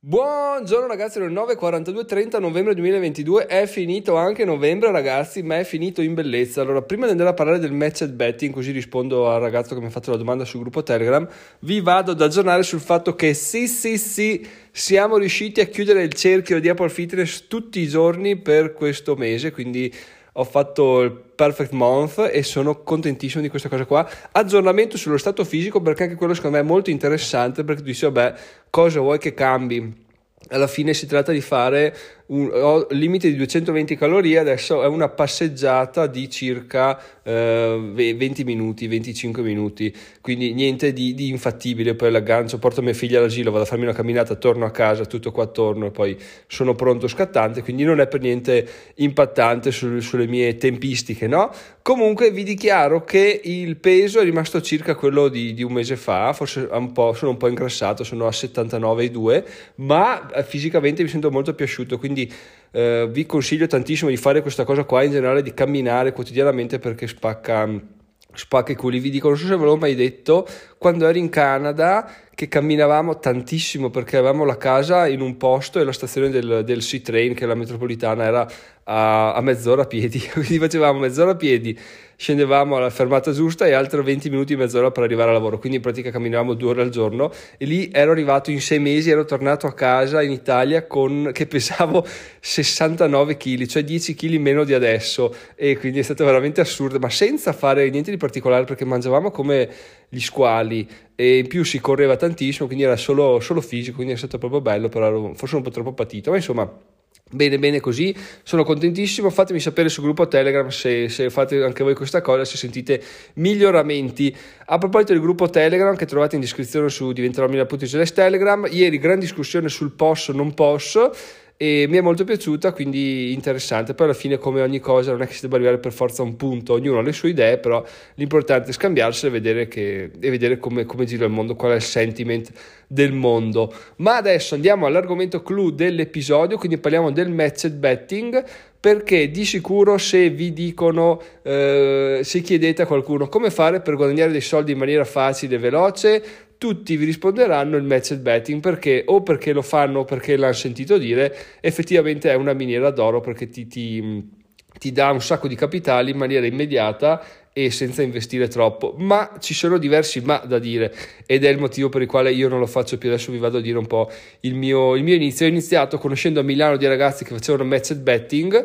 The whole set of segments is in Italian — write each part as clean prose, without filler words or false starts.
Buongiorno ragazzi, alle 9:42, 30 novembre 2022, è finito anche novembre ragazzi, ma è finito in bellezza. Allora, prima di andare a parlare del match betting, così rispondo al ragazzo che mi ha fatto la domanda sul gruppo Telegram, vi vado ad aggiornare sul fatto che sì, siamo riusciti a chiudere il cerchio di Apple Fitness tutti i giorni per questo mese, quindi ho fatto il perfect month e sono contentissimo di questa cosa qua. Aggiornamento sullo stato fisico, perché anche quello secondo me è molto interessante, perché tu dici vabbè, cosa vuoi che cambi? Alla fine si tratta di fare ho limite di 220 calorie, adesso è una passeggiata di circa 20 minuti, 25 minuti, quindi niente di infattibile. Poi l'aggancio, porto mia figlia all'asilo, vado a farmi una camminata, torno a casa, tutto qua attorno e poi sono pronto scattante, quindi non è per niente impattante sulle mie tempistiche, no? Comunque vi dichiaro che il peso è rimasto circa quello di un mese fa, forse sono un po' ingrassato, sono a 79,2, ma fisicamente mi sento molto piaciuto, quindi vi consiglio tantissimo di fare questa cosa qua, in generale di camminare quotidianamente, perché spacca i culi. Vi dico, non so se ve l'ho mai detto, quando ero in Canada che camminavamo tantissimo, perché avevamo la casa in un posto e la stazione del C-Train, che è la metropolitana, era a mezz'ora a piedi, quindi facevamo mezz'ora a piedi, scendevamo alla fermata giusta e altri 20 minuti, mezz'ora per arrivare al lavoro, quindi in pratica camminavamo 2 ore al giorno. E lì ero arrivato in 6 mesi, ero tornato a casa in Italia che pesavo 69 kg, cioè 10 kg meno di adesso, e quindi è stato veramente assurdo, ma senza fare niente di particolare, perché mangiavamo come gli squali e in più si correva tantissimo, quindi era solo fisico, quindi è stato proprio bello, però ero forse un po' troppo patito, ma insomma bene così, sono contentissimo. Fatemi sapere sul gruppo Telegram se fate anche voi questa cosa, se sentite miglioramenti. A proposito del gruppo Telegram, che trovate in descrizione su diventerò.it Telegram, ieri gran discussione sul posso non posso, e mi è molto piaciuta, quindi interessante. Poi alla fine, come ogni cosa, non è che si debba arrivare per forza a un punto, ognuno ha le sue idee, però l'importante è scambiarsele e vedere come gira il mondo, qual è il sentiment del mondo. Ma adesso andiamo all'argomento clou dell'episodio, quindi parliamo del match betting, perché di sicuro se vi dicono, se chiedete a qualcuno come fare per guadagnare dei soldi in maniera facile e veloce, tutti vi risponderanno il match betting, perché lo fanno o perché l'hanno sentito dire. Effettivamente è una miniera d'oro, perché ti dà un sacco di capitali in maniera immediata e senza investire troppo. Ma ci sono diversi ma da dire, ed è il motivo per il quale io non lo faccio più. Adesso vi vado a dire un po' il mio inizio. Ho iniziato conoscendo a Milano dei ragazzi che facevano match betting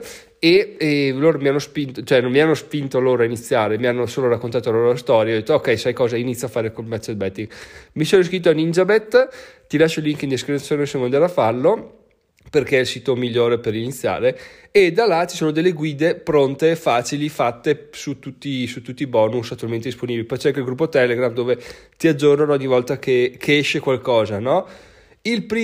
e loro mi hanno spinto, cioè non mi hanno spinto loro a iniziare, mi hanno solo raccontato la loro storia. Ho detto ok, sai cosa, inizio a fare col match betting. Mi sono iscritto a NinjaBet, ti lascio il link in descrizione se vuoi andare a farlo, perché è il sito migliore per iniziare, e da là ci sono delle guide pronte, facili, fatte su tutti i bonus attualmente disponibili. Poi c'è anche il gruppo Telegram dove ti aggiornano ogni volta che esce qualcosa, no? I primi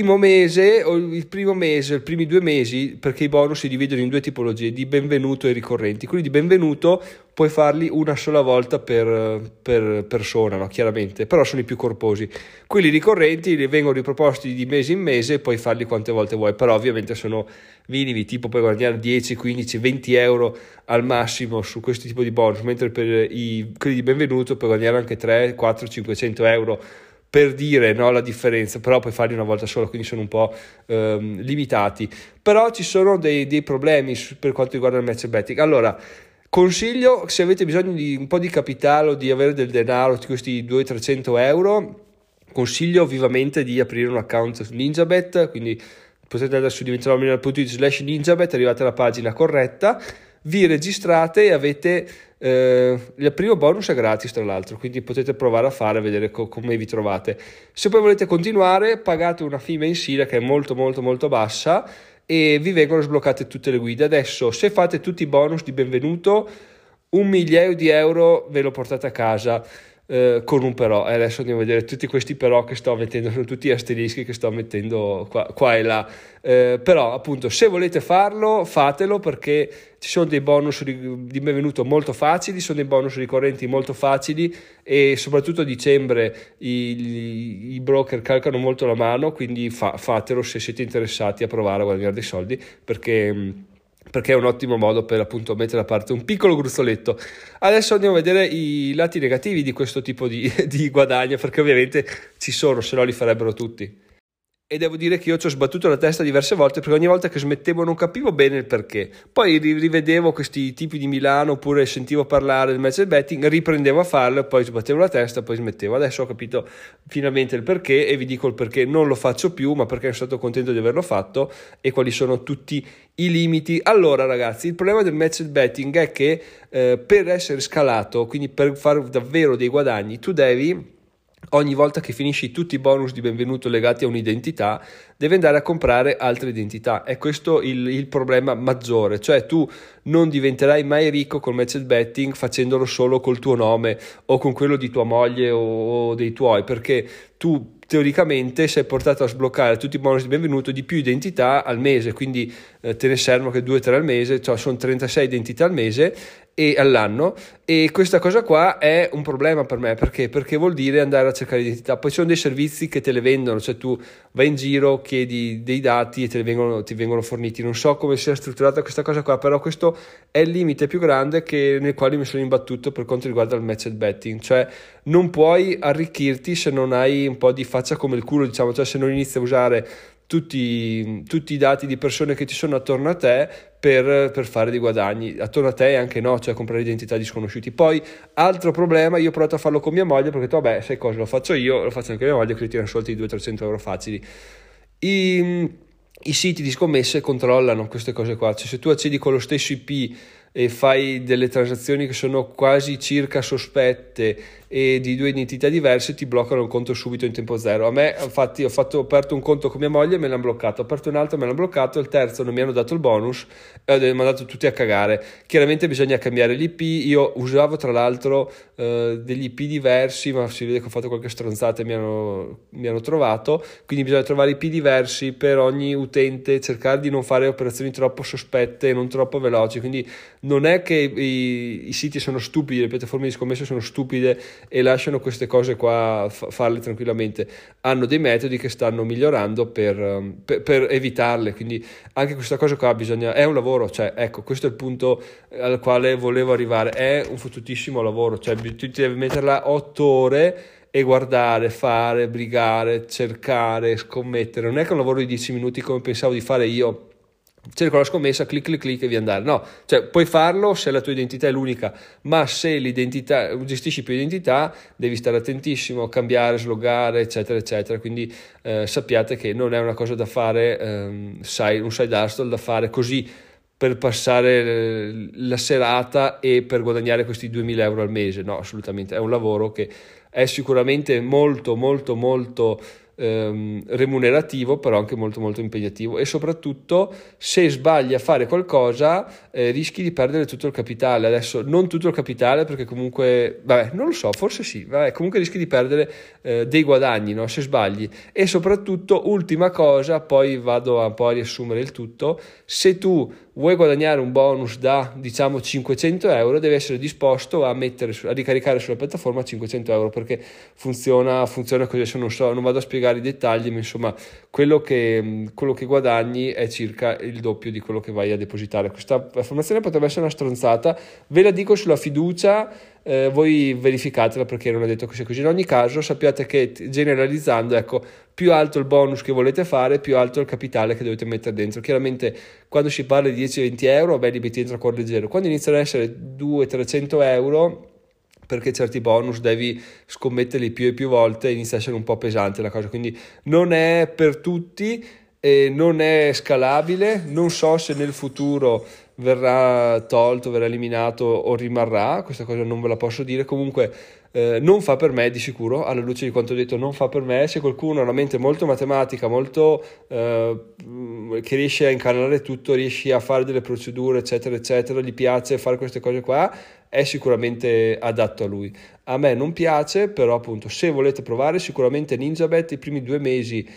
2 mesi, perché i bonus si dividono in 2 tipologie, di benvenuto e ricorrenti. Quelli di benvenuto puoi farli una sola volta per persona, no? Chiaramente, però sono i più corposi. Quelli ricorrenti vengono riproposti di mese in mese e puoi farli quante volte vuoi, però ovviamente sono minimi, tipo puoi guadagnare 10, 15, 20 euro al massimo su questo tipo di bonus, mentre per quelli di benvenuto puoi guadagnare anche 3, 4, 500 euro, per dire, no, la differenza. Però puoi farli una volta sola, quindi sono un po' limitati. Però ci sono dei problemi per quanto riguarda il match betting. Allora, consiglio, se avete bisogno di un po' di capitale o di avere del denaro, di questi 200-300 euro, consiglio vivamente di aprire un account su NinjaBet. Quindi potete andare su diventerò.it/NinjaBet, arrivate alla pagina corretta, vi registrate e avete il primo bonus è gratis, tra l'altro, quindi potete provare a fare, a vedere come vi trovate. Se poi volete continuare, pagate una fee mensile che è molto bassa e vi vengono sbloccate tutte le guide. Adesso, se fate tutti i bonus di benvenuto, 1 migliaio di euro ve lo portate a casa, con un però. E adesso andiamo a vedere tutti questi però che sto mettendo, sono tutti asterischi che sto mettendo qua e là, però appunto, se volete farlo, fatelo, perché ci sono dei bonus di benvenuto molto facili, sono dei bonus ricorrenti molto facili, e soprattutto a dicembre i broker calcano molto la mano, quindi fatelo se siete interessati a provare a guadagnare dei soldi, perché è un ottimo modo per appunto mettere da parte un piccolo gruzzoletto. Adesso andiamo a vedere i lati negativi di questo tipo di guadagno, perché ovviamente ci sono, se no li farebbero tutti. E devo dire che io ci ho sbattuto la testa diverse volte, perché ogni volta che smettevo non capivo bene il perché. Poi rivedevo questi tipi di Milano, oppure sentivo parlare del match betting, riprendevo a farlo, poi sbattevo la testa, poi smettevo. Adesso ho capito finalmente il perché, e vi dico il perché non lo faccio più, ma perché sono stato contento di averlo fatto e quali sono tutti i limiti. Allora ragazzi, il problema del match betting è che per essere scalato, quindi per fare davvero dei guadagni, tu devi, ogni volta che finisci tutti i bonus di benvenuto legati a un'identità, devi andare a comprare altre identità. È questo il problema maggiore, cioè tu non diventerai mai ricco col match betting facendolo solo col tuo nome o con quello di tua moglie o dei tuoi, perché tu teoricamente sei portato a sbloccare tutti i bonus di benvenuto di più identità al mese, quindi te ne servono che 2 o 3 al mese, cioè sono 36 identità al mese e all'anno, e questa cosa qua è un problema per me, perché vuol dire andare a cercare identità. Poi ci sono dei servizi che te le vendono, cioè tu vai in giro, chiedi dei dati e ti vengono forniti. Non so come sia strutturata questa cosa qua, però questo è il limite più grande nel quale mi sono imbattuto per quanto riguarda il match betting, cioè non puoi arricchirti se non hai un po' di faccia come il culo, diciamo, cioè se non inizi a usare tutti i dati di persone che ci sono attorno a te per fare dei guadagni attorno a te, e anche no, cioè comprare identità di sconosciuti. Poi altro problema, io ho provato a farlo con mia moglie, perché ho detto vabbè, sai cosa, lo faccio io, lo faccio anche mia moglie, che tirano soldi di 200-300 euro facili. I siti di scommesse controllano queste cose qua, cioè se tu accedi con lo stesso IP e fai delle transazioni che sono quasi circa sospette e di 2 identità diverse, ti bloccano il conto subito in tempo zero. A me infatti ho aperto un conto con mia moglie e me l'hanno bloccato, ho aperto un altro e me l'hanno bloccato, il terzo non mi hanno dato il bonus e ho mandato tutti a cagare. Chiaramente bisogna cambiare l'IP, io usavo tra l'altro degli IP diversi, ma si vede che ho fatto qualche stronzata e mi hanno trovato, quindi bisogna trovare IP diversi per ogni utente, cercare di non fare operazioni troppo sospette e non troppo veloci. Quindi non è che i siti sono stupidi, le piattaforme di scommesse sono stupide e lasciano queste cose qua farle tranquillamente, hanno dei metodi che stanno migliorando per evitarle. Quindi anche questa cosa qua è un lavoro, cioè ecco, questo è il punto al quale volevo arrivare, è un fottutissimo lavoro, cioè tu ti devi mettere là 8 ore e guardare, fare, brigare, cercare, scommettere. Non è che è un lavoro di 10 minuti come pensavo di fare io, cerco la scommessa, clic clic clic e via andare. No, cioè puoi farlo se la tua identità è l'unica, ma se l'identità gestisci più identità devi stare attentissimo, cambiare, sloggare, eccetera eccetera. Quindi sappiate che non è una cosa da fare, un side hustle da fare così per passare la serata e per guadagnare questi 2000 euro al mese. No, assolutamente, è un lavoro che è sicuramente molto molto molto remunerativo, però anche molto molto impegnativo, e soprattutto se sbagli a fare qualcosa rischi di perdere tutto il capitale. Adesso non tutto il capitale, perché comunque vabbè, non lo so, forse sì, vabbè, comunque rischi di perdere dei guadagni, no? Se sbagli. E soprattutto, ultima cosa, poi vado un po' a riassumere il tutto: se tu vuoi guadagnare un bonus da diciamo 500 euro, devi essere disposto a ricaricare sulla piattaforma 500 euro, perché funziona così. Adesso non vado a spiegare i dettagli, ma insomma quello che guadagni è circa il doppio di quello che vai a depositare. Questa informazione potrebbe essere una stronzata, ve la dico sulla fiducia, voi verificatela, perché non è detto che sia così. In ogni caso sappiate che, generalizzando, ecco, più alto il bonus che volete fare, più alto il capitale che dovete mettere dentro. Chiaramente quando si parla di 10-20 euro, beh, li metti dentro a cuor leggero. Quando iniziano ad essere 200-300 euro, perché certi bonus devi scommetterli più e più volte, inizia a essere un po' pesante la cosa. Quindi non è per tutti, non è scalabile. Non so se nel futuro verrà tolto, verrà eliminato o rimarrà, questa cosa non ve la posso dire. Comunque non fa per me di sicuro, alla luce di quanto ho detto non fa per me. Se qualcuno ha una mente molto matematica, molto che riesce a incanalare tutto, riesce a fare delle procedure eccetera eccetera, gli piace fare queste cose qua, è sicuramente adatto a lui. A me non piace, però appunto se volete provare, sicuramente NinjaBet i primi 2 mesi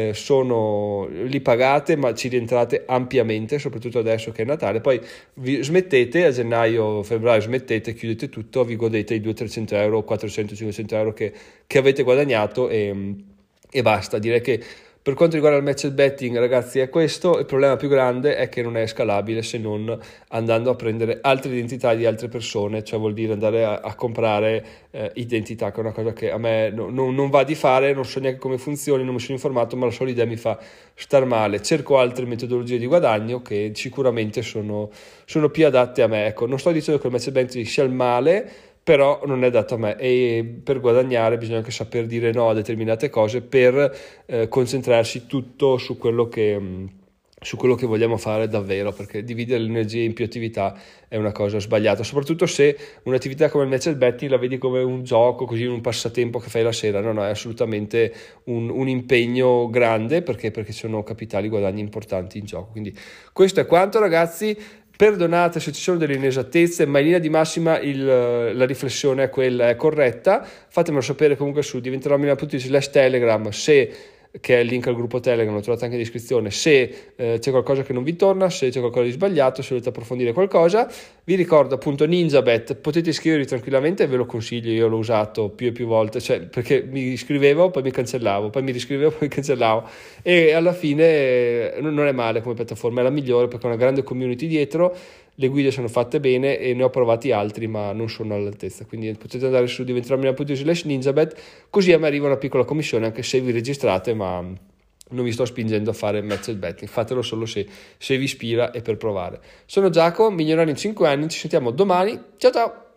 li pagate, ma ci rientrate ampiamente, soprattutto adesso che è Natale. Poi vi smettete a gennaio, febbraio, smettete, chiudete tutto, vi godete i 200-300 euro, 400-500 euro che avete guadagnato e basta. Direi che Per quanto riguarda il match betting, ragazzi, è questo. Il problema più grande è che non è scalabile se non andando a prendere altre identità di altre persone, cioè vuol dire andare a comprare identità, che è una cosa che a me non va di fare, non so neanche come funzioni, non mi sono informato, ma la sola idea mi fa star male. Cerco altre metodologie di guadagno che sicuramente sono più adatte a me. Ecco, non sto dicendo che il match betting sia il male, però non è dato a me, e per guadagnare bisogna anche saper dire no a determinate cose per concentrarsi tutto su quello che vogliamo fare davvero, perché dividere le energie in più attività è una cosa sbagliata, soprattutto se un'attività come il match betting la vedi come un gioco, così un passatempo che fai la sera. No, è assolutamente un impegno grande, perché ci sono capitali guadagni importanti in gioco. Quindi questo è quanto, ragazzi. Perdonate se ci sono delle inesattezze, ma in linea di massima la riflessione è quella, è corretta. Fatemelo sapere comunque su diventeromilano.it/telegram, che è il link al gruppo Telegram, lo trovate anche in descrizione, se c'è qualcosa che non vi torna, se c'è qualcosa di sbagliato, se volete approfondire qualcosa. Vi ricordo appunto NinjaBet, potete iscrivervi tranquillamente, ve lo consiglio, io l'ho usato più e più volte, cioè perché mi iscrivevo, poi mi cancellavo, poi mi riscrivevo, poi mi cancellavo, e alla fine non è male come piattaforma, è la migliore perché ha una grande community dietro, le guide sono fatte bene e ne ho provati altri ma non sono all'altezza, quindi potete andare su diventeromilano.it/NinjaBet, così a me arriva una piccola commissione anche se vi registrate, ma non vi sto spingendo a fare match betting, fatelo solo se vi ispira e per provare. Sono Giacomo, migliorare in 5 anni, ci sentiamo domani, ciao ciao!